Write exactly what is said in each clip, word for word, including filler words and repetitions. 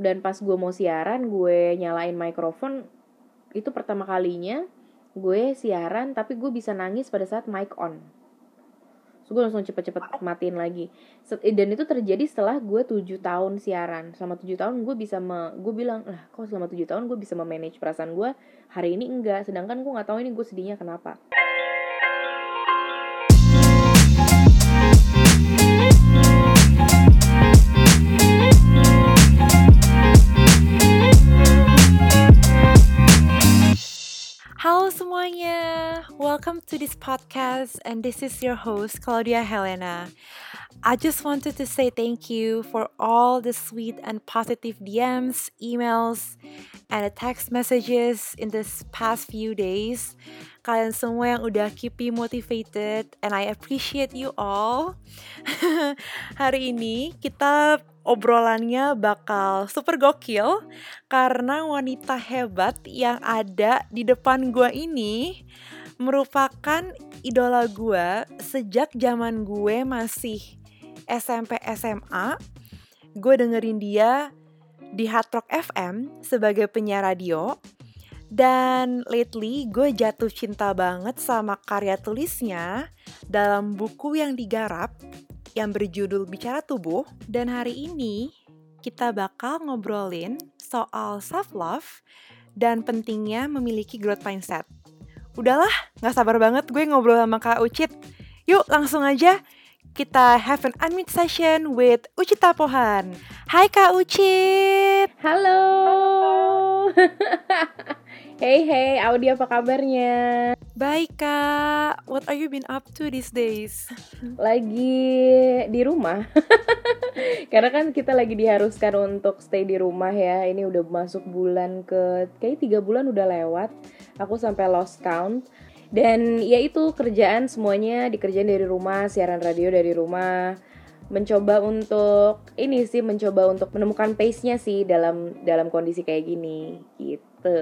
dan pas gue mau siaran, gue nyalain mikrofon. Itu pertama kalinya gue siaran tapi gue bisa nangis pada saat mic on. So gue langsung cepet-cepet matiin lagi. Dan itu terjadi setelah gue tujuh tahun siaran. Selama tujuh tahun gue bisa me, gue bilang, lah kok selama tujuh tahun gue bisa memanage perasaan gue, hari ini enggak. Sedangkan gue gak tahu ini gue sedihnya kenapa. Halo semuanya, welcome to this podcast and this is your host Claudia Helena. I just wanted to say thank you for all the sweet and positive D Ms, emails, and the text messages in this past few days. Kalian semua yang udah keep me motivated and I appreciate you all. Hari ini kita obrolannya bakal super gokil karena wanita hebat yang ada di depan gue ini merupakan idola gue sejak zaman gue masih S M P S M A. Gue dengerin dia di Hard Rock F M sebagai penyiar radio. Dan lately gue jatuh cinta banget sama karya tulisnya dalam buku yang digarap yang berjudul Bicara Tubuh. Dan hari ini kita bakal ngobrolin soal self-love dan pentingnya memiliki growth mindset. Udahlah, gak sabar banget gue ngobrol sama Kak Ucit. Yuk langsung aja kita have an unmute session with Ucita Pohan. Hai Kak Ucit. Halo. Hey hey, Audi apa kabarnya? Baik Kak, what are you been up to these days? Lagi di rumah. Karena kan kita lagi diharuskan untuk stay di rumah ya. Ini udah masuk bulan ke, kayak tiga bulan udah lewat. Aku sampai lost count. Dan ya itu kerjaan semuanya dikerjain dari rumah, siaran radio dari rumah. Mencoba untuk ini sih, mencoba untuk menemukan pace-nya sih dalam dalam kondisi kayak gini gitu.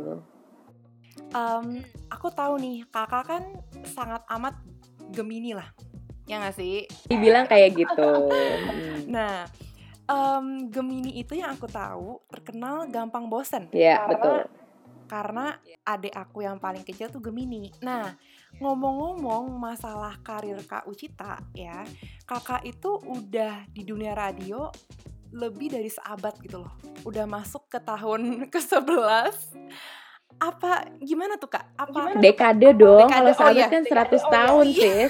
Um, aku tahu nih, kakak kan sangat amat Gemini lah, ya nggak sih? Dibilang kayak gitu. Nah, um, Gemini itu yang aku tahu terkenal gampang bosen. Ya, karena, betul. Karena adik aku yang paling kecil tuh Gemini. Nah, ngomong-ngomong masalah karir Kak Ucita ya, kakak itu udah di dunia radio lebih dari seabad gitu loh. Udah masuk ke tahun ke sebelas. Apa gimana tuh Kak? Apa gimana dekade tuh, Kak? Dong. Kalau sahabat oh, iya. kan seratus dekade, tahun oh, iya. sih.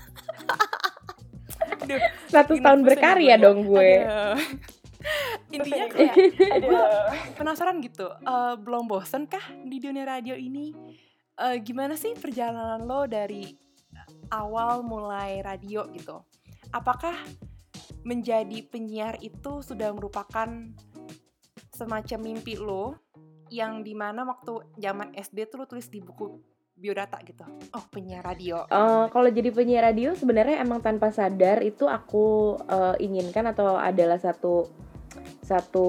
seratus tahun berkarya dong gue. Aduh. Intinya kayak gue penasaran gitu. Uh, belum bosen kah di dunia radio ini? Uh, gimana sih perjalanan lo dari awal mulai radio gitu? Apakah menjadi penyiar itu sudah merupakan semacam mimpi lo? Yang dimana waktu zaman S D tuh lo tulis di buku biodata gitu. Oh, penyiar radio. Uh, kalau jadi penyiar radio sebenarnya emang tanpa sadar itu aku uh, inginkan atau adalah satu satu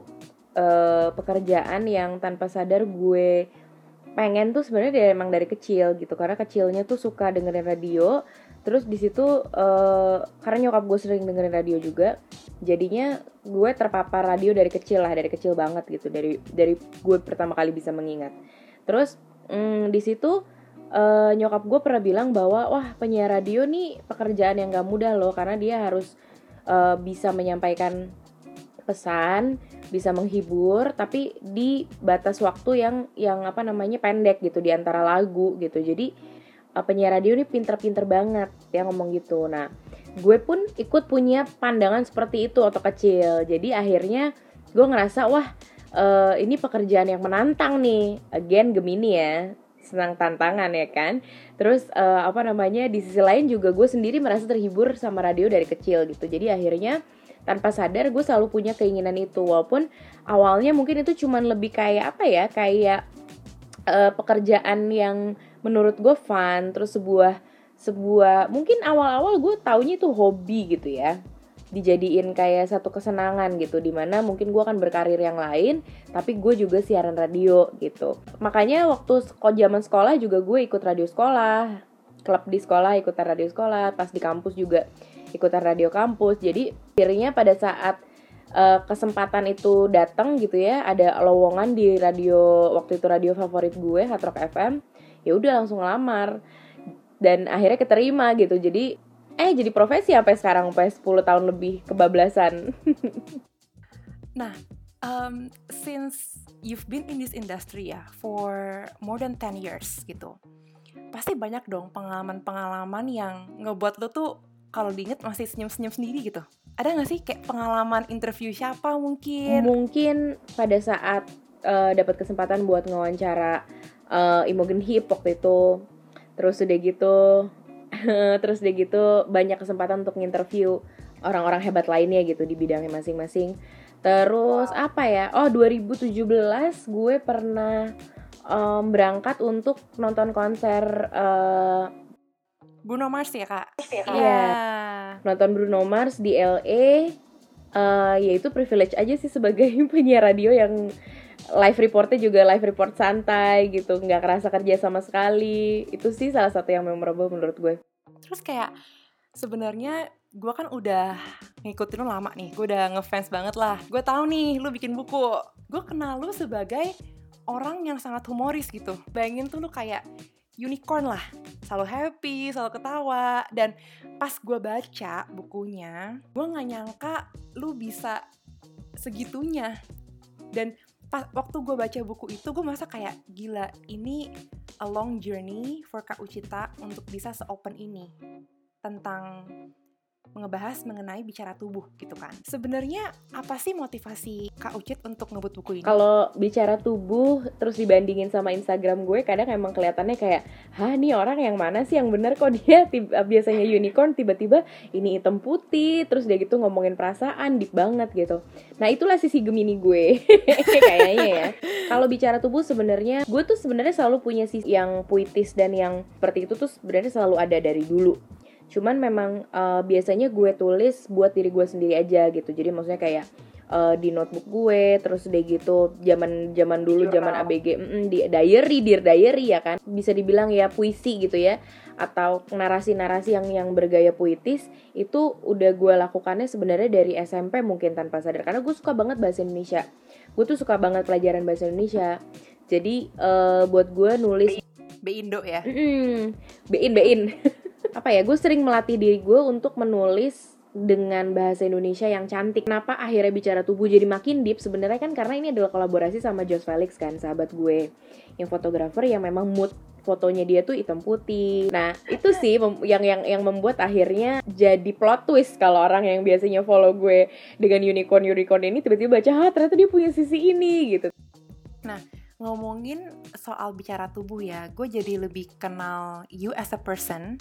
uh, pekerjaan yang tanpa sadar gue pengen tuh sebenarnya dari emang dari kecil gitu. Karena kecilnya tuh suka dengerin radio. Terus di situ uh, karena nyokap gue sering dengerin radio juga, jadinya gue terpapar radio dari kecil lah, dari kecil banget gitu, dari dari gue pertama kali bisa mengingat. Terus mm, di situ uh, nyokap gue pernah bilang bahwa wah penyiar radio nih pekerjaan yang gak mudah loh, karena dia harus uh, bisa menyampaikan pesan, bisa menghibur, tapi di batas waktu yang yang apa namanya pendek gitu, di antara lagu gitu. Jadi penyiar radio ini pinter-pinter banget ya ngomong gitu. Nah, gue pun ikut punya pandangan seperti itu waktu kecil. Jadi akhirnya gue ngerasa wah uh, ini pekerjaan yang menantang nih. Again Gemini ya, senang tantangan ya kan. Terus uh, apa namanya di sisi lain juga gue sendiri merasa terhibur sama radio dari kecil gitu. Jadi akhirnya tanpa sadar gue selalu punya keinginan itu. Walaupun awalnya mungkin itu cuman lebih kayak apa ya, kayak uh, pekerjaan yang menurut gue fun, terus sebuah sebuah mungkin awal-awal gue taunya itu hobi gitu ya, dijadiin kayak satu kesenangan gitu, dimana mungkin gue akan berkarir yang lain tapi gue juga siaran radio gitu. Makanya waktu kok zaman sekolah juga gue ikut radio sekolah, klub di sekolah ikutan radio sekolah, pas di kampus juga ikutan radio kampus. Jadi akhirnya pada saat uh, kesempatan itu datang gitu ya, ada lowongan di radio, waktu itu radio favorit gue Hard Rock F M, ya udah langsung ngelamar dan akhirnya keterima gitu. Jadi eh jadi profesi sampai sekarang, sampai sepuluh tahun lebih kebablasan. Nah, um, since you've been in this industry ya for more than ten years gitu, pasti banyak dong pengalaman-pengalaman yang ngebuat lo tuh kalau diinget masih senyum-senyum sendiri gitu. Ada gak sih kayak pengalaman interview siapa mungkin? Mungkin pada saat uh, dapat kesempatan buat ngewawancara uh, Imogen Heap waktu itu. Terus udah gitu terus udah gitu banyak kesempatan untuk nginterview orang-orang hebat lainnya gitu di bidangnya masing-masing. Terus apa ya? Oh, dua ribu tujuh belas gue pernah um, berangkat untuk nonton konser uh, Bruno Mars ya, Kak? Iya. Yeah. Nonton Bruno Mars di L A. Uh, ya itu privilege aja sih sebagai penyiar radio yang live reportnya juga live report santai gitu, nggak kerasa kerja sama sekali. Itu sih salah satu yang memorable menurut gue. Terus kayak sebenarnya gue kan udah ngikutin lu lama nih, gue udah ngefans banget lah. Gue tahu nih lu bikin buku. Gue kenal lu sebagai orang yang sangat humoris gitu. Bayangin tuh lu kayak unicorn lah, selalu happy, selalu ketawa. Dan pas gue baca bukunya, gue nggak nyangka lu bisa segitunya. Dan pas waktu gue baca buku itu, gue merasa kayak gila, ini a long journey for Kak Uchita untuk bisa se-open ini tentang ngebahas mengenai bicara tubuh gitu kan. Sebenarnya apa sih motivasi Kak Uchit untuk ngebut buku ini? Kalau bicara tubuh terus dibandingin sama Instagram gue, kadang emang kelihatannya kayak, hah nih orang yang mana sih yang bener, kok dia tiba, biasanya unicorn tiba-tiba ini hitam putih, terus dia gitu ngomongin perasaan deep banget gitu. Nah itulah sisi Gemini gue kayaknya ya. Kalau bicara tubuh sebenarnya gue tuh sebenarnya selalu punya sisi yang puitis dan yang seperti itu tuh sebenarnya selalu ada dari dulu. Cuman memang uh, biasanya gue tulis buat diri gue sendiri aja gitu. Jadi maksudnya kayak uh, di notebook gue, terus udah gitu zaman zaman dulu zaman A B G, mm, di diary, dear diary ya kan. Bisa dibilang ya puisi gitu ya, atau narasi-narasi yang yang bergaya puitis itu udah gue lakukannya sebenarnya dari S M P mungkin tanpa sadar, karena gue suka banget bahasa Indonesia. Gue tuh suka banget pelajaran bahasa Indonesia. Jadi uh, buat gue nulis Be-Indo ya. Mm, bein bein. Apa ya, gue sering melatih diri gue untuk menulis dengan bahasa Indonesia yang cantik. Kenapa akhirnya bicara tubuh jadi makin deep? Sebenarnya kan karena ini adalah kolaborasi sama Josh Felix kan, sahabat gue yang fotografer yang memang mood fotonya dia tuh hitam putih. Nah itu sih mem- yang yang yang membuat akhirnya jadi plot twist kalau orang yang biasanya follow gue dengan unicorn unicorn ini tiba-tiba baca, ah ternyata dia punya sisi ini gitu. Nah, ngomongin soal bicara tubuh ya, gue jadi lebih kenal you as a person.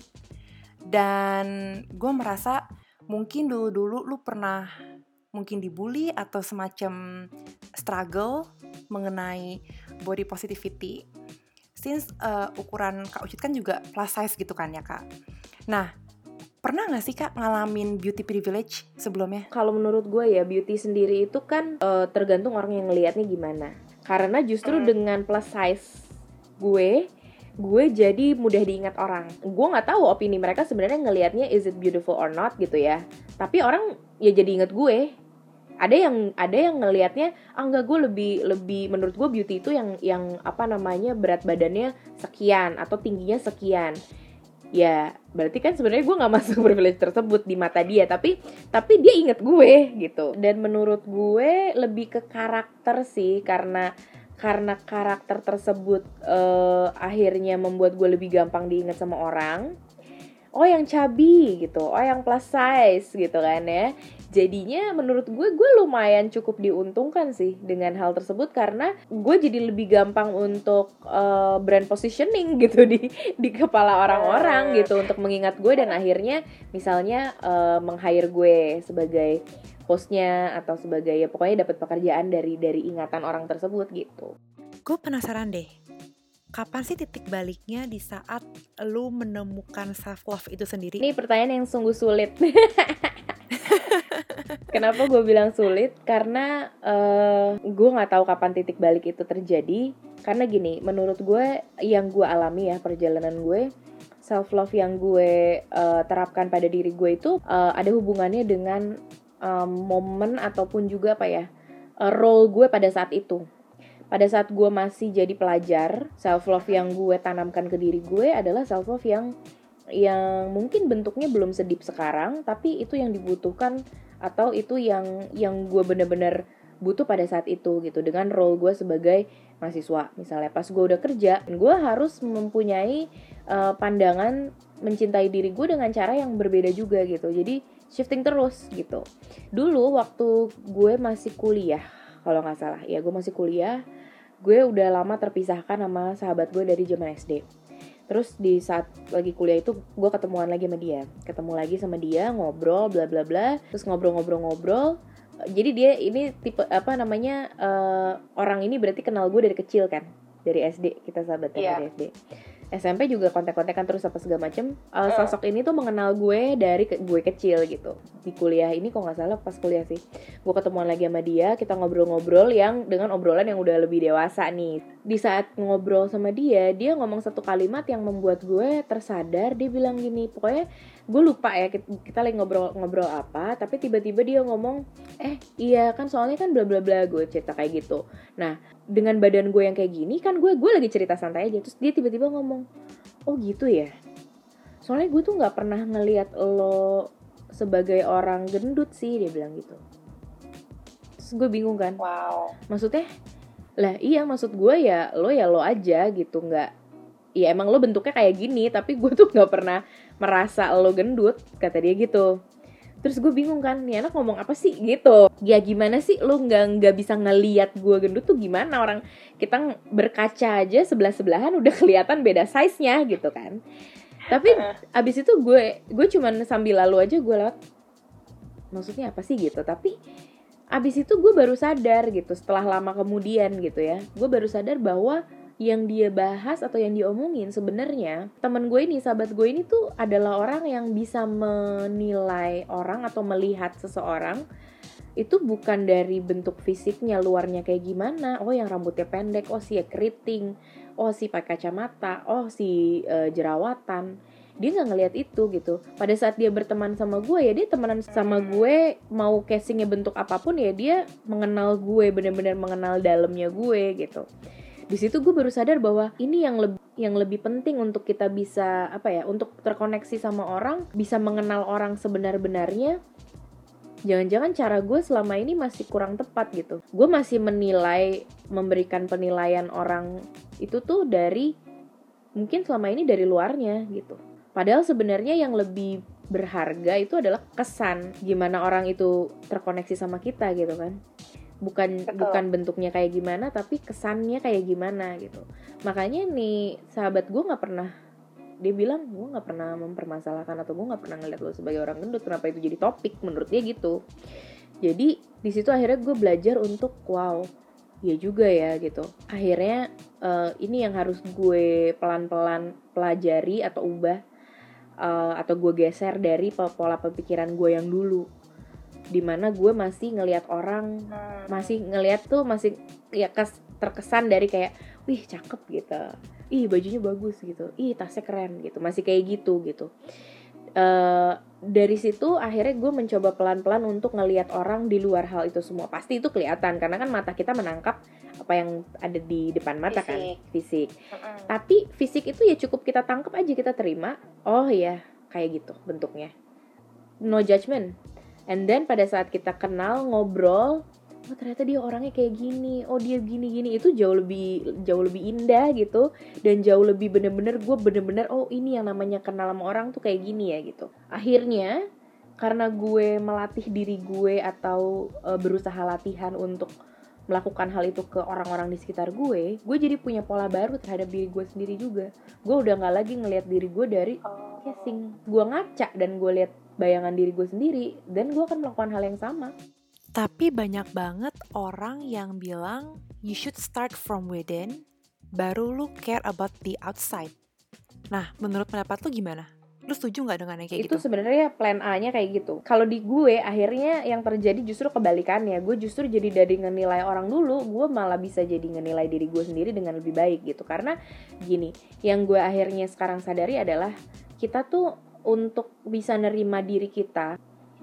Dan gue merasa mungkin dulu-dulu lu pernah mungkin dibully atau semacam struggle mengenai body positivity. Since uh, ukuran Kak Uchit kan juga plus size gitu kan ya Kak. Nah, pernah gak sih Kak ngalamin beauty privilege sebelumnya? Kalau menurut gue ya, beauty sendiri itu kan uh, tergantung orang yang ngelihatnya gimana. Karena justru dengan plus size gue, gue jadi mudah diingat orang. Gue nggak tahu opini mereka sebenarnya ngelihatnya is it beautiful or not gitu ya. Tapi orang ya jadi ingat gue. Ada yang ada yang ngelihatnya, ah enggak, gue lebih lebih menurut gue beauty itu yang yang apa namanya berat badannya sekian atau tingginya sekian. Ya berarti kan sebenarnya gue nggak masuk privilege tersebut di mata dia, tapi tapi dia inget gue gitu. Dan menurut gue lebih ke karakter sih, karena karena karakter tersebut uh, akhirnya membuat gue lebih gampang diingat sama orang. Oh yang chubby gitu, oh yang plus size gitu kan ya. Jadinya menurut gue, gue lumayan cukup diuntungkan sih dengan hal tersebut, karena gue jadi lebih gampang untuk uh, brand positioning gitu di di kepala orang-orang gitu, untuk mengingat gue dan akhirnya misalnya uh, meng-hire gue sebagai hostnya atau sebagai ya pokoknya dapat pekerjaan dari dari ingatan orang tersebut gitu. Gue penasaran deh, kapan sih titik baliknya di saat lu menemukan self love itu sendiri? Ini pertanyaan yang sungguh sulit. Kenapa gue bilang sulit? Karena uh, gue nggak tahu kapan titik balik itu terjadi. Karena gini, menurut gue yang gue alami ya perjalanan gue, self love yang gue uh, terapkan pada diri gue itu uh, ada hubungannya dengan um, momen ataupun juga apa ya uh, role gue pada saat itu. Pada saat gue masih jadi pelajar, self love yang gue tanamkan ke diri gue adalah self love yang yang mungkin bentuknya belum sedip sekarang, tapi itu yang dibutuhkan atau itu yang yang gue benar-benar butuh pada saat itu gitu, dengan role gue sebagai mahasiswa. Misalnya pas gue udah kerja, gue harus mempunyai uh, pandangan mencintai diri gue dengan cara yang berbeda juga gitu. Jadi shifting terus gitu. Dulu waktu gue masih kuliah, kalau nggak salah, ya gue masih kuliah, gue udah lama terpisahkan sama sahabat gue dari zaman S D. Terus di saat lagi kuliah itu gue ketemuan lagi sama dia, ketemu lagi sama dia, ngobrol bla bla bla, terus ngobrol-ngobrol-ngobrol. Jadi dia ini tipe apa namanya uh, orang ini berarti kenal gue dari kecil kan, dari S D, kita sahabatan yeah. dari S D. S M P juga kontak-kontakan terus apa segala macem. Uh, sosok ini tuh mengenal gue dari ke- gue kecil gitu. Di kuliah ini kok nggak salah pas kuliah sih, gue ketemuan lagi sama dia, kita ngobrol-ngobrol yang dengan obrolan yang udah lebih dewasa nih. Di saat ngobrol sama dia, dia ngomong satu kalimat yang membuat gue tersadar. Dia bilang gini, pokoknya gue lupa ya kita, kita lagi ngobrol-ngobrol apa, tapi tiba-tiba dia ngomong, eh iya kan soalnya kan bla bla bla, gue cerita kayak gitu. Nah dengan badan gue yang kayak gini kan gue gue lagi cerita santai aja, terus dia tiba-tiba ngomong, oh gitu ya, soalnya gue tuh nggak pernah ngelihat lo sebagai orang gendut sih, dia bilang gitu. Terus gue bingung kan, wow, maksudnya lah iya maksud gue ya lo ya lo aja gitu, nggak ya emang lo bentuknya kayak gini, tapi gue tuh nggak pernah merasa lo gendut, kata dia gitu. Terus gue bingung kan, nih anak ngomong apa sih gitu. Ya gimana sih lo nggak nggak bisa ngelihat gue gendut tuh gimana, orang kita berkaca aja sebelah-sebelahan udah kelihatan beda size-nya gitu kan. Tapi abis itu gue gue cuman sambil lalu aja gue lewat, maksudnya apa sih gitu. Tapi abis itu gue baru sadar gitu, setelah lama kemudian gitu ya, gue baru sadar bahwa yang dia bahas atau yang diomongin sebenarnya teman gue ini, sahabat gue ini tuh adalah orang yang bisa menilai orang atau melihat seseorang itu bukan dari bentuk fisiknya, luarnya kayak gimana, oh yang rambutnya pendek, oh si keriting, oh si pakai kacamata, oh si uh, jerawatan. Dia nggak ngelihat itu gitu. Pada saat dia berteman sama gue ya dia temenan sama gue, mau casingnya bentuk apapun ya dia mengenal gue, benar-benar mengenal dalamnya gue gitu. Di situ gue baru sadar bahwa ini yang lebih yang lebih penting untuk kita bisa apa ya, untuk terkoneksi sama orang, bisa mengenal orang sebenar-benarnya. Jangan-jangan cara gue selama ini masih kurang tepat gitu. Gue masih menilai, memberikan penilaian orang itu tuh dari mungkin selama ini dari luarnya gitu. Padahal sebenarnya yang lebih berharga itu adalah kesan gimana orang itu terkoneksi sama kita gitu kan. Bukan Betul. bukan bentuknya kayak gimana, tapi kesannya kayak gimana gitu. Makanya nih sahabat gue nggak pernah, dia bilang gue nggak pernah mempermasalahkan atau gue nggak pernah ngeliat lo sebagai orang gendut, kenapa itu jadi topik, menurut dia gitu. Jadi di situ akhirnya gue belajar untuk wow, ya juga ya gitu. Akhirnya uh, ini yang harus gue pelan-pelan pelajari atau ubah, uh, atau gue geser dari pola pemikiran gue yang dulu, dimana gue masih ngelihat orang, masih ngelihat tuh masih ya kes, terkesan dari kayak wih cakep gitu, ih bajunya bagus gitu, ih tasnya keren gitu, masih kayak gitu gitu. Uh, dari situ akhirnya gue mencoba pelan-pelan untuk ngelihat orang di luar hal itu semua. Pasti itu kelihatan karena kan mata kita menangkap apa yang ada di depan mata, fisik. kan fisik. Uh-uh. Tapi fisik itu ya cukup kita tangkap aja, kita terima. Oh ya kayak gitu bentuknya, no judgment. And then pada saat kita kenal, ngobrol, oh ternyata dia orangnya kayak gini, oh dia gini-gini, itu jauh lebih jauh lebih indah gitu, dan jauh lebih bener-bener gue bener-bener oh ini yang namanya kenal sama orang tuh kayak gini ya gitu. Akhirnya karena gue melatih diri gue atau e, berusaha latihan untuk melakukan hal itu ke orang-orang di sekitar gue, gue jadi punya pola baru terhadap diri gue sendiri juga. Gue udah nggak lagi ngelihat diri gue dari casing, gue ngaca dan gue lihat bayangan diri gue sendiri, dan gue akan melakukan hal yang sama. Tapi banyak banget orang yang bilang you should start from within, baru lu care about the outside. Nah, menurut pendapat lu gimana? Lu setuju nggak dengan yang kayak itu gitu? Itu sebenarnya plan A-nya kayak gitu. Kalau di gue akhirnya yang terjadi justru kebalikannya. Gue justru jadi dari ngenilai orang dulu, gue malah bisa jadi ngenilai diri gue sendiri dengan lebih baik gitu. Karena gini, yang gue akhirnya sekarang sadari adalah kita tuh untuk bisa nerima diri kita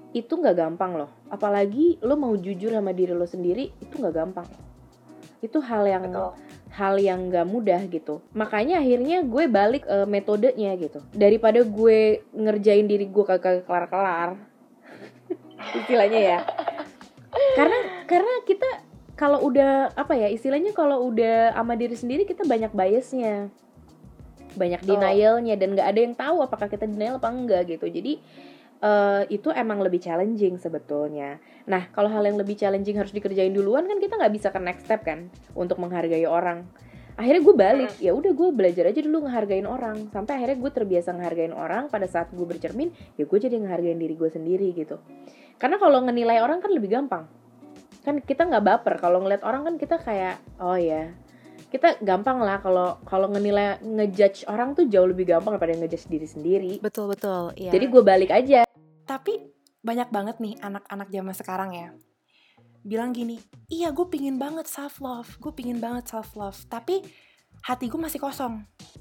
itu nggak gampang loh. Apalagi lo mau jujur sama diri lo sendiri, itu nggak gampang. Itu hal yang Betul. hal yang nggak mudah gitu. Makanya akhirnya gue balik uh, metodenya gitu. Daripada gue ngerjain diri gue kagak kelar-kelar, istilahnya ya. Karena karena kita kalau udah apa ya istilahnya kalau udah sama diri sendiri kita banyak biasnya, banyak denialnya, dan nggak ada yang tahu apakah kita denial apa enggak gitu. Jadi Uh, itu emang lebih challenging sebetulnya. Nah, kalau hal yang lebih challenging harus dikerjain duluan kan kita nggak bisa ke next step kan untuk menghargai orang. Akhirnya gue balik, ya udah gue belajar aja dulu ngehargain orang. Sampai akhirnya gue terbiasa ngehargain orang. Pada saat gue bercermin, ya gue jadi ngehargain diri gue sendiri gitu. Karena kalau ngenilai orang kan lebih gampang. Kan kita nggak baper. Kalau ngeliat orang kan kita kayak, oh ya, kita gampang lah kalau kalau ngenilai ngejudge orang tuh jauh lebih gampang daripada ngejudge diri sendiri. Betul betul. Iya. Jadi gue balik aja. Tapi banyak banget nih anak-anak zaman sekarang ya bilang gini, iya gue pingin banget self love, gue pingin banget self love, tapi hati gue masih kosong.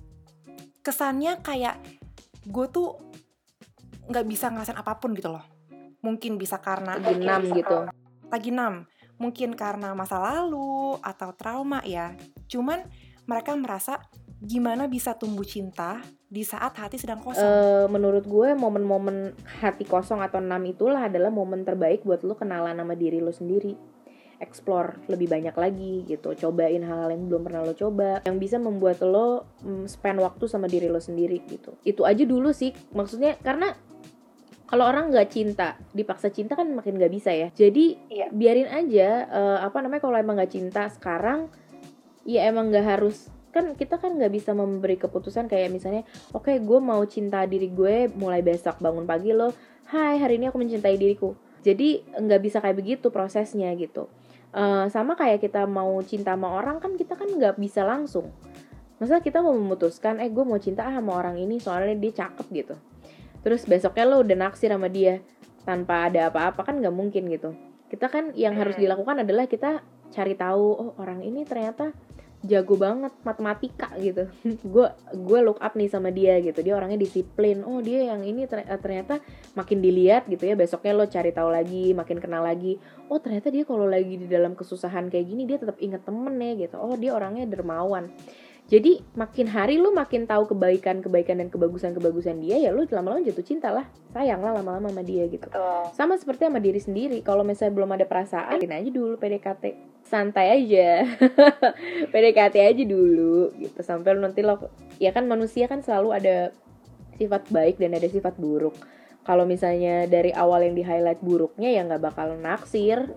Kesannya kayak gue tuh nggak bisa ngerasain apapun gitu loh. Mungkin bisa karena lagi enam gitu. Lagi enam. Mungkin karena masa lalu atau trauma ya. Cuman mereka merasa gimana bisa tumbuh cinta di saat hati sedang kosong. Uh, menurut gue momen-momen hati kosong atau enam itulah adalah momen terbaik buat lo kenalan sama diri lo sendiri. Explore lebih banyak lagi gitu. Cobain hal-hal yang belum pernah lo coba, yang bisa membuat lo um, spend waktu sama diri lo sendiri gitu. Itu aja dulu sih. Maksudnya karena kalau orang nggak cinta, dipaksa cinta kan makin nggak bisa ya. Jadi iya. biarin aja. Uh, apa namanya kalau emang nggak cinta sekarang, ya emang nggak harus. Kan kita kan nggak bisa memberi keputusan kayak misalnya, oke okay, gue mau cinta diri gue mulai besok bangun pagi lo, hai hari ini aku mencintai diriku. Jadi nggak bisa kayak begitu prosesnya gitu. Uh, sama kayak kita mau cinta sama orang kan kita kan nggak bisa langsung. Masa kita mau memutuskan, eh gue mau cinta sama orang ini soalnya dia cakep gitu. Terus besoknya lo udah naksir sama dia tanpa ada apa-apa kan nggak mungkin gitu. Kita kan yang harus dilakukan adalah kita cari tahu, oh orang ini ternyata jago banget matematika gitu. Gue gue look up nih sama dia gitu. Dia orangnya disiplin. Oh dia yang ini ternyata makin dilihat gitu ya. Besoknya lo cari tahu lagi, makin kenal lagi. Oh ternyata dia kalau lagi di dalam kesusahan kayak gini dia tetap inget temennya gitu. Oh dia orangnya dermawan. Jadi makin hari lu makin tahu kebaikan-kebaikan dan kebagusan-kebagusan dia, ya lu lama-lama jatuh cinta lah, sayang lah lama-lama sama dia gitu. Betul. Sama seperti sama diri sendiri, kalau misalnya belum ada perasaan, bikin aja dulu P D K T, santai aja, P D K T aja dulu gitu, sampai nanti lo, ya kan manusia kan selalu ada sifat baik dan ada sifat buruk. Kalau misalnya dari awal yang di highlight buruknya, ya nggak bakal naksir.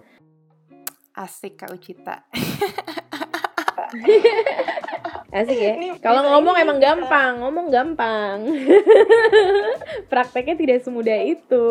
Asik Kak Ucita. Asik ya. Kalau ngomong emang bisa. gampang, ngomong gampang. Prakteknya tidak semudah itu.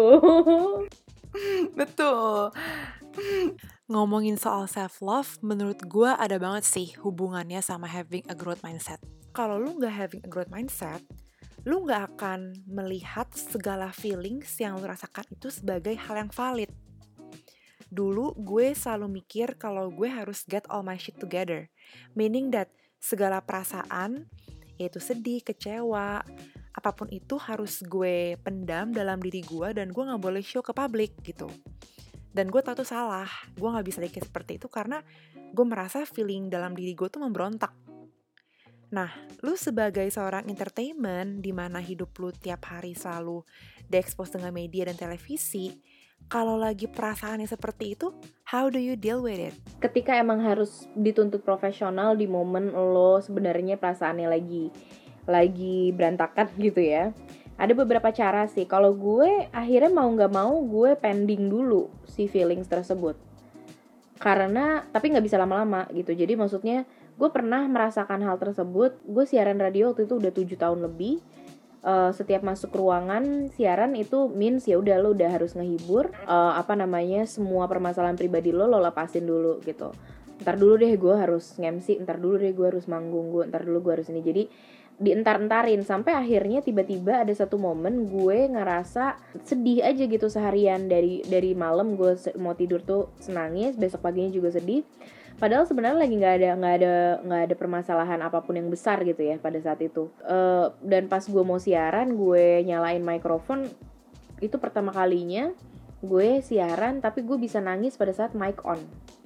Betul. Ngomongin soal self love, menurut gue ada banget sih hubungannya sama having a growth mindset. Kalau lu nggak having a growth mindset, lu nggak akan melihat segala feelings yang lu rasakan itu sebagai hal yang valid. Dulu gue selalu mikir kalau gue harus get all my shit together, meaning that segala perasaan, yaitu sedih, kecewa, apapun itu harus gue pendam dalam diri gue dan gue gak boleh show ke publik gitu. Dan gue tau itu salah, gue gak bisa dikit seperti itu karena gue merasa feeling dalam diri gue tuh memberontak. Nah, lu sebagai seorang entertainment di mana hidup lu tiap hari selalu diekspos dengan media dan televisi, kalau lagi perasaannya seperti itu, how do you deal with it? Ketika emang harus dituntut profesional di momen lo sebenarnya perasaannya lagi lagi berantakan gitu ya. Ada beberapa cara sih. Kalau gue akhirnya mau nggak mau gue pending dulu si feelings tersebut. Karena tapi nggak bisa lama-lama gitu. Jadi maksudnya gue pernah merasakan hal tersebut. Gue siaran radio waktu itu udah tujuh tahun lebih. Uh, setiap masuk ruangan siaran itu means ya udah lo udah harus ngehibur uh, apa namanya semua permasalahan pribadi lo lo lepasin dulu gitu. Ntar dulu deh gue harus nge-M C, ntar dulu deh gue harus manggung, gue ntar dulu gue harus ini. Jadi dientar-entarin sampai akhirnya tiba-tiba ada satu momen gue ngerasa sedih aja gitu seharian, dari dari malam gue mau tidur tuh nangis, besok paginya juga sedih. Padahal sebenarnya lagi nggak ada nggak ada nggak ada permasalahan apapun yang besar gitu ya pada saat itu. Uh, dan pas gue mau siaran, gue nyalain mikrofon itu pertama kalinya gue siaran tapi gue bisa nangis pada saat mic on.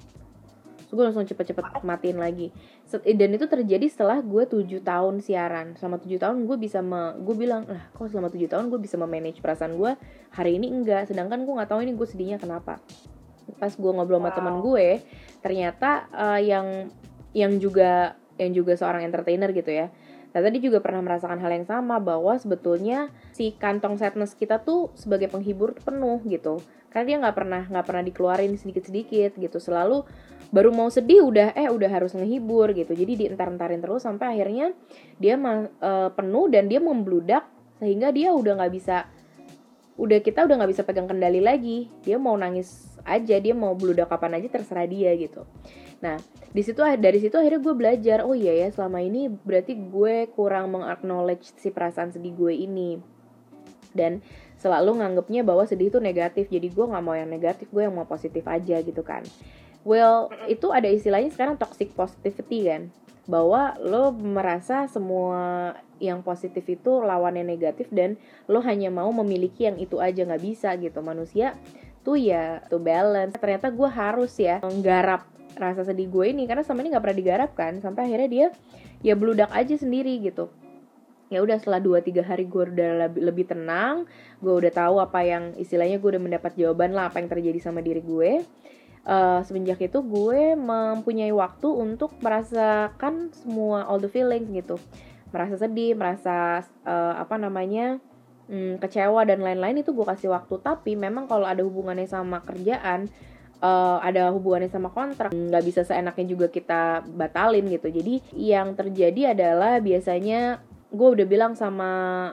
So, gue langsung cepet-cepet matiin lagi. Dan itu terjadi setelah gue tujuh tahun siaran. Selama tujuh tahun gue bisa me, gue bilang, lah kok selama tujuh tahun gue bisa memanage perasaan gue, hari ini enggak. Sedangkan gue gak tahu ini gue sedihnya kenapa. Pas gue ngobrol sama wow. temen gue, ternyata uh, yang yang juga yang juga seorang entertainer gitu ya. Ternyata dia juga pernah merasakan hal yang sama, bahwa sebetulnya si kantong sadness kita tuh sebagai penghibur tuh penuh gitu. Karena dia nggak pernah nggak pernah dikeluarin sedikit-sedikit gitu. Selalu baru mau sedih udah eh udah harus ngehibur gitu. Jadi dientar-entarin terus sampai akhirnya dia uh, penuh dan dia membludak sehingga dia udah nggak bisa udah kita udah nggak bisa pegang kendali lagi. Dia mau nangis aja, dia mau bludak kapan aja terserah dia gitu. Nah, di situ dari situ akhirnya gue belajar, oh iya ya, selama ini berarti gue kurang meng-acknowledge si perasaan sedih gue ini. Dan selalu nganggepnya bahwa sedih itu negatif. Jadi gue enggak mau yang negatif, gue yang mau positif aja gitu kan. Well, itu ada istilahnya sekarang toxic positivity kan. Bahwa lo merasa semua yang positif itu lawannya negatif dan lo hanya mau memiliki yang itu aja, enggak bisa gitu. Manusia tuh ya to balance. Ternyata gue harus ya menggarap rasa sedih gue ini karena selama ini nggak pernah digarap kan, sampai akhirnya dia ya bludak aja sendiri gitu. Ya udah setelah dua tiga hari gue udah lebih, lebih tenang, gue udah tahu apa yang istilahnya gue udah mendapat jawaban lah apa yang terjadi sama diri gue. Uh, semenjak itu gue mempunyai waktu untuk merasakan semua all the feelings gitu, merasa sedih, merasa uh, apa namanya hmm, kecewa dan lain-lain, itu gue kasih waktu. Tapi memang kalau ada hubungannya sama kerjaan, Uh, ada hubungannya sama kontrak, nggak bisa seenaknya juga kita batalin gitu. Jadi yang terjadi adalah biasanya gue udah bilang sama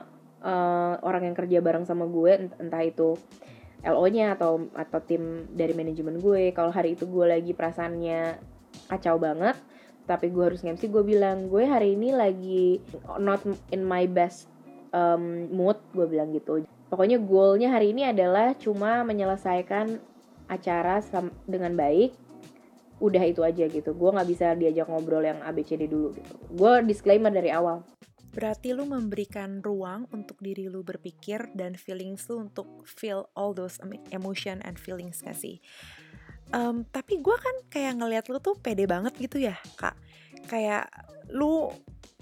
uh, orang yang kerja bareng sama gue, entah itu L O-nya atau atau tim dari manajemen gue, kalau hari itu gue lagi perasaannya kacau banget, tapi gue harus nge-M C, gue bilang gue hari ini lagi not in my best um, mood, gue bilang gitu. Pokoknya goalnya hari ini adalah cuma menyelesaikan acara dengan baik, udah itu aja gitu. Gue nggak bisa diajak ngobrol yang A B C D dulu gitu. Gue disclaimer dari awal. Berarti lu memberikan ruang untuk diri lu berpikir dan feelings lu untuk feel all those emotion and feelings gak sih? Um, tapi gue kan kayak ngeliat lu tuh pede banget gitu ya kak. Kayak lu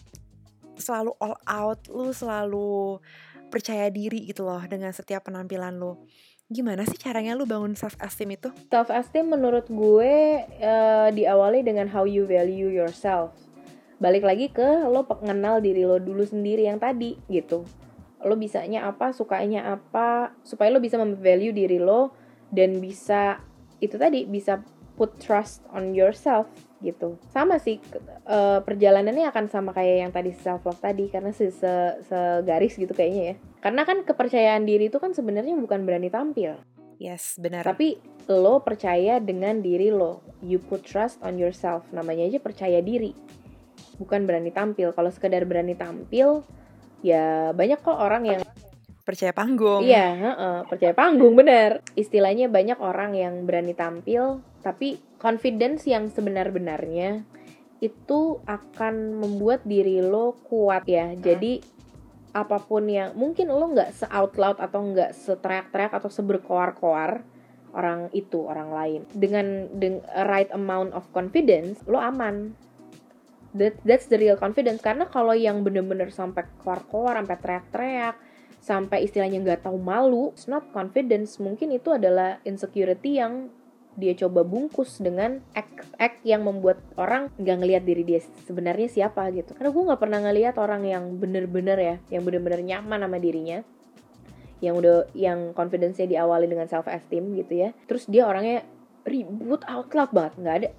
selalu all out, lu selalu percaya diri gitu loh dengan setiap penampilan lu. Gimana sih caranya lu bangun self-esteem itu? Self-esteem menurut gue uh, diawali dengan how you value yourself. Balik lagi ke lo mengenal diri lo dulu sendiri yang tadi gitu. Lo bisanya apa, sukanya apa, supaya lo bisa mem-value diri lo dan bisa, itu tadi, bisa put trust on yourself gitu. Sama sih, uh, perjalanannya akan sama kayak yang tadi self-love tadi, karena segaris gitu kayaknya ya. Karena kan kepercayaan diri itu kan sebenarnya bukan berani tampil. Yes, benar. Tapi lo percaya dengan diri lo. You put trust on yourself. Namanya aja percaya diri. Bukan berani tampil. Kalau sekedar berani tampil, ya banyak kok orang yang percaya panggung. Iya, uh-uh, percaya panggung, benar. Istilahnya banyak orang yang berani tampil, tapi confidence yang sebenar-benarnya itu akan membuat diri lo kuat ya. Jadi apapun yang mungkin lo nggak se-out loud atau nggak seteriak-teriak atau seberkoar-koar orang itu, orang lain, dengan the right amount of confidence, lo aman. That, that's the real confidence. Karena kalau yang bener-bener sampai koar-koar, sampai teriak-teriak, sampai istilahnya nggak tahu malu, it's not confidence. Mungkin itu adalah insecurity yang dia coba bungkus dengan act, act yang membuat orang nggak ngelihat diri dia sebenarnya siapa gitu. Karena gue nggak pernah ngelihat orang yang bener-bener ya, yang bener-bener nyaman sama dirinya, yang udah yang confidence-nya diawali dengan self esteem gitu ya. Terus dia orangnya ribut out loud banget, nggak ada.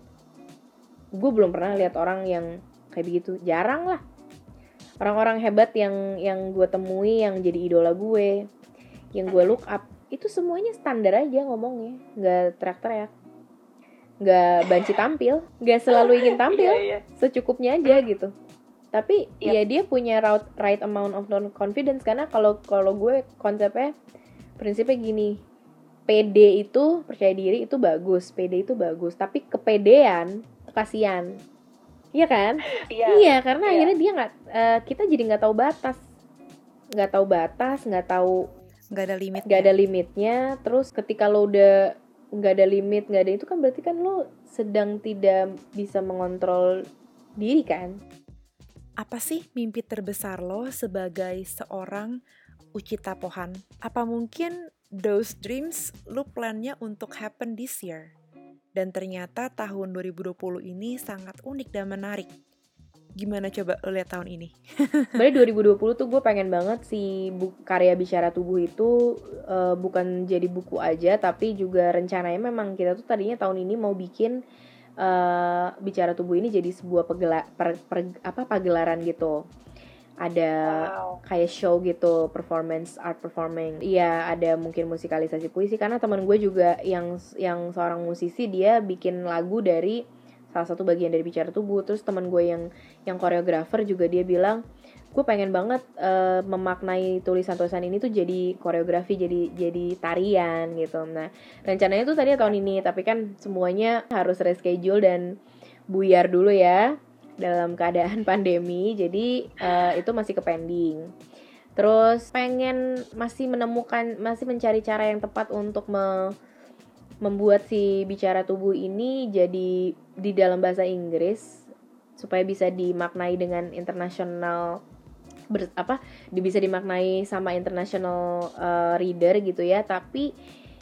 Gue belum pernah lihat orang yang kayak begitu, jarang lah. Orang-orang hebat yang yang gue temui, yang jadi idola gue, yang gue look up, itu semuanya standar aja ngomongnya, nggak teriak-teriak, nggak banci tampil, nggak selalu ingin tampil, yeah, yeah. secukupnya aja gitu. Tapi yep. ya dia punya right amount of confidence. Karena kalau kalau gue konsepnya, prinsipnya gini, pede itu, percaya diri itu bagus, pede itu bagus, tapi kepedean kasihan, iya kan? Yeah. Iya, karena yeah. akhirnya dia nggak, uh, kita jadi nggak tahu batas, nggak tahu batas, nggak tahu Nggak ada limitnya. Nggak ada limitnya. Terus ketika lo udah nggak ada limit, nggak ada itu kan berarti kan lo sedang tidak bisa mengontrol diri kan. Apa sih mimpi terbesar lo sebagai seorang Uchita Pohan? Apa mungkin those dreams lo plannya untuk happen this year? Dan ternyata tahun dua ribu dua puluh ini sangat unik dan menarik. Gimana coba lo lihat tahun ini? Sebenarnya dua ribu dua puluh tuh gue pengen banget si bu- karya Bicara Tubuh itu uh, bukan jadi buku aja, tapi juga rencananya memang kita tuh tadinya tahun ini mau bikin uh, Bicara Tubuh ini jadi sebuah pegela- per, per, apa pagelaran gitu. Ada wow. kayak show gitu, performance, art performing. Iya, ada mungkin musikalisasi puisi karena teman gue juga yang yang seorang musisi, dia bikin lagu dari salah satu bagian dari Bicara Tubuh. Terus teman gue yang yang koreografer juga dia bilang, gue pengen banget uh, memaknai tulisan-tulisan ini tuh jadi koreografi, jadi jadi tarian gitu. Nah, rencananya tuh tadi tahun ini, tapi kan semuanya harus reschedule dan buyar dulu ya dalam keadaan pandemi, jadi uh, itu masih ke pending. Terus pengen masih menemukan, masih mencari cara yang tepat untuk me, membuat si Bicara Tubuh ini jadi di dalam bahasa Inggris supaya bisa dimaknai dengan internasional, ber, apa bisa dimaknai sama international uh, reader gitu ya. Tapi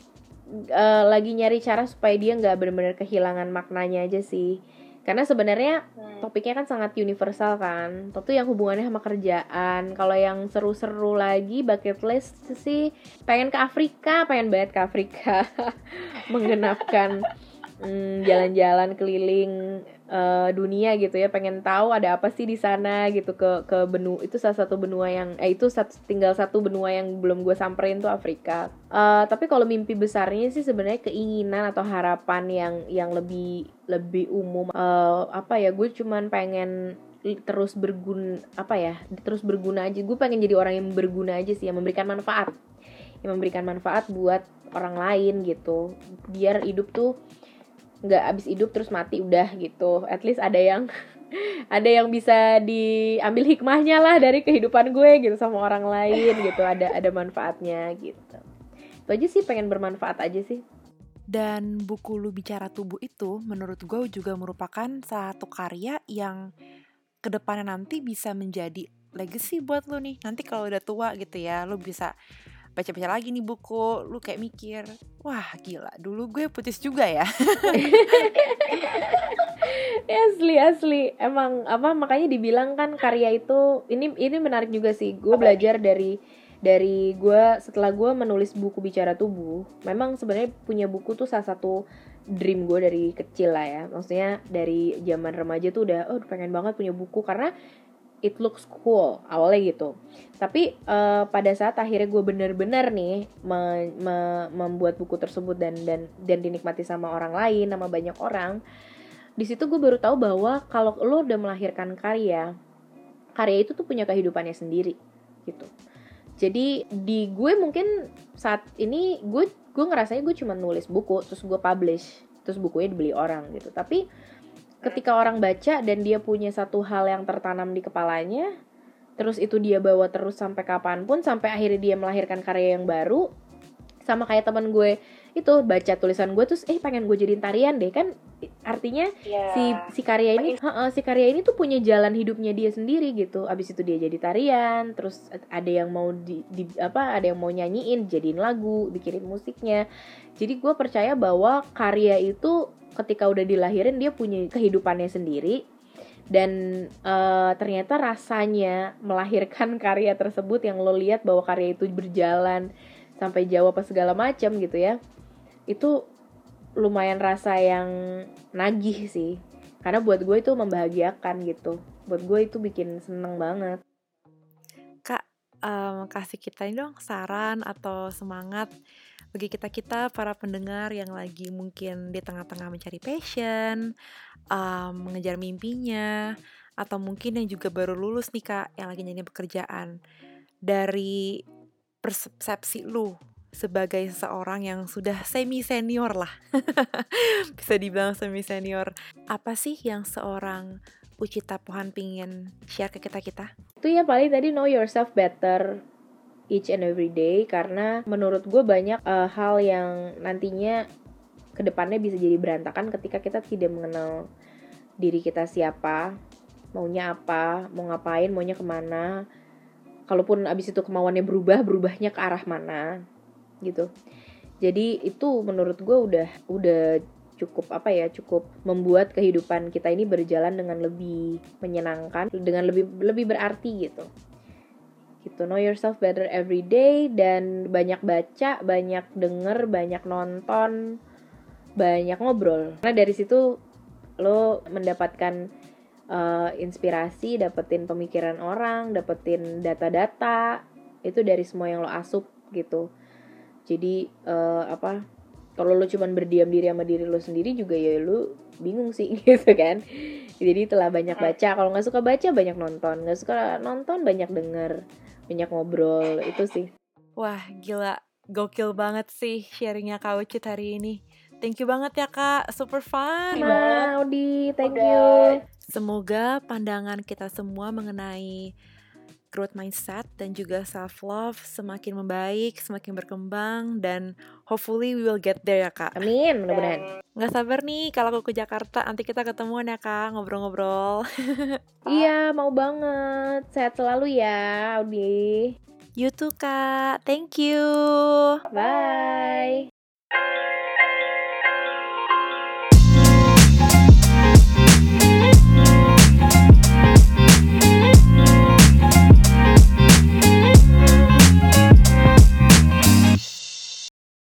uh, lagi nyari cara supaya dia nggak benar-benar kehilangan maknanya aja sih. Karena sebenarnya topiknya kan sangat universal kan. Tentu yang hubungannya sama kerjaan. Kalau yang seru-seru lagi, bucket list sih pengen ke Afrika, pengen banget ke Afrika. Menggenapkan mm, jalan-jalan keliling uh, dunia gitu ya. Pengen tahu ada apa sih di sana gitu, ke ke benua itu, salah satu benua yang eh itu satu, tinggal satu benua yang belum gue samperin tuh Afrika. Uh, tapi kalau mimpi besarnya sih sebenarnya keinginan atau harapan yang yang lebih lebih umum, uh, apa ya, gue cuman pengen terus berguna, apa ya terus berguna aja. Gue pengen jadi orang yang berguna aja sih, yang memberikan manfaat, yang memberikan manfaat buat orang lain gitu. Biar hidup tuh nggak abis hidup terus mati udah gitu. At least ada yang ada yang bisa diambil hikmahnya lah dari kehidupan gue gitu sama orang lain gitu. Ada ada manfaatnya gitu. Itu aja sih, pengen bermanfaat aja sih. Dan buku Lu Bicara Tubuh itu menurut gue juga merupakan salah satu karya yang kedepannya nanti bisa menjadi legacy buat lu nih. Nanti kalau udah tua gitu ya, lu bisa baca-baca lagi nih buku, lu kayak mikir, wah gila, dulu gue putus juga ya. asli asli emang apa, makanya dibilang kan karya itu, ini ini menarik juga sih. Gue belajar dari dari gue setelah gue menulis buku Bicara Tubuh. Memang sebenarnya punya buku tuh salah satu dream gue dari kecil lah ya. Maksudnya dari zaman remaja tuh udah oh pengen banget punya buku karena it looks cool awalnya gitu. Tapi uh, pada saat akhirnya gue bener-bener nih me, me, membuat buku tersebut dan dan dan dinikmati sama orang lain, sama banyak orang, di situ gue baru tahu bahwa kalau lo udah melahirkan karya, karya itu tuh punya kehidupannya sendiri gitu. Jadi di gue mungkin saat ini gue gue ngerasanya gue cuma nulis buku terus gue publish, terus bukunya dibeli orang gitu. Tapi ketika orang baca dan dia punya satu hal yang tertanam di kepalanya, terus itu dia bawa terus sampai kapanpun, sampai akhirnya dia melahirkan karya yang baru. Sama kayak teman gue itu baca tulisan gue terus eh pengen gue jadiin tarian deh, kan artinya yeah. si si karya ini he, si karya ini tuh punya jalan hidupnya dia sendiri gitu. Abis itu dia jadi tarian, terus ada yang mau di, di apa ada yang mau nyanyiin, jadiin lagu, bikinin musiknya. Jadi gue percaya bahwa karya itu ketika udah dilahirin dia punya kehidupannya sendiri. Dan uh, ternyata rasanya melahirkan karya tersebut yang lo lihat bahwa karya itu berjalan sampai jauh apa segala macam gitu ya, itu lumayan rasa yang nagih sih. Karena buat gue itu membahagiakan gitu. Buat gue itu bikin seneng banget. Kak, um, kasih kita ini dong saran atau semangat bagi kita-kita para pendengar yang lagi mungkin di tengah-tengah mencari passion, um, mengejar mimpinya, atau mungkin yang juga baru lulus nih Kak, yang lagi nyari pekerjaan. Dari persepsi lu sebagai seseorang yang sudah semi senior lah, bisa dibilang semi senior, apa sih yang seorang Uchita Pohan pingin share ke kita-kita? Itu ya paling tadi know yourself better. each and every day, karena menurut gue banyak uh, hal yang nantinya kedepannya bisa jadi berantakan ketika kita tidak mengenal diri kita siapa, maunya apa, mau ngapain, maunya kemana. Kalaupun abis itu kemauannya berubah, berubahnya ke arah mana gitu. Jadi itu menurut gue udah udah cukup apa ya, cukup membuat kehidupan kita ini berjalan dengan lebih menyenangkan, dengan lebih lebih berarti gitu. Gitu, know yourself better every day, dan banyak baca, banyak denger, banyak nonton, banyak ngobrol. Karena dari situ lo mendapatkan uh, inspirasi, dapetin pemikiran orang, dapetin data-data itu dari semua yang lo asup gitu. Jadi uh, apa? Kalau lo cuman berdiam diri sama diri lo sendiri juga ya lo bingung sih gitu kan. Jadi telah banyak baca. Kalau nggak suka baca banyak nonton, nggak suka nonton banyak denger, banyak ngobrol, itu sih. Wah gila, gokil banget sih sharingnya Kak Ucit hari ini. Thank you banget ya Kak, super fun. Nah, Udi, thank you. Semoga pandangan kita semua mengenai growth mindset dan juga self love semakin membaik, semakin berkembang, dan hopefully we will get there ya Kak. Amin, mudah-mudahan. Nggak sabar nih kalau aku ke Jakarta, nanti kita ketemuan ya Kak, ngobrol-ngobrol. Iya, mau banget. Sehat selalu ya, Audi. You too Kak, thank you. Bye.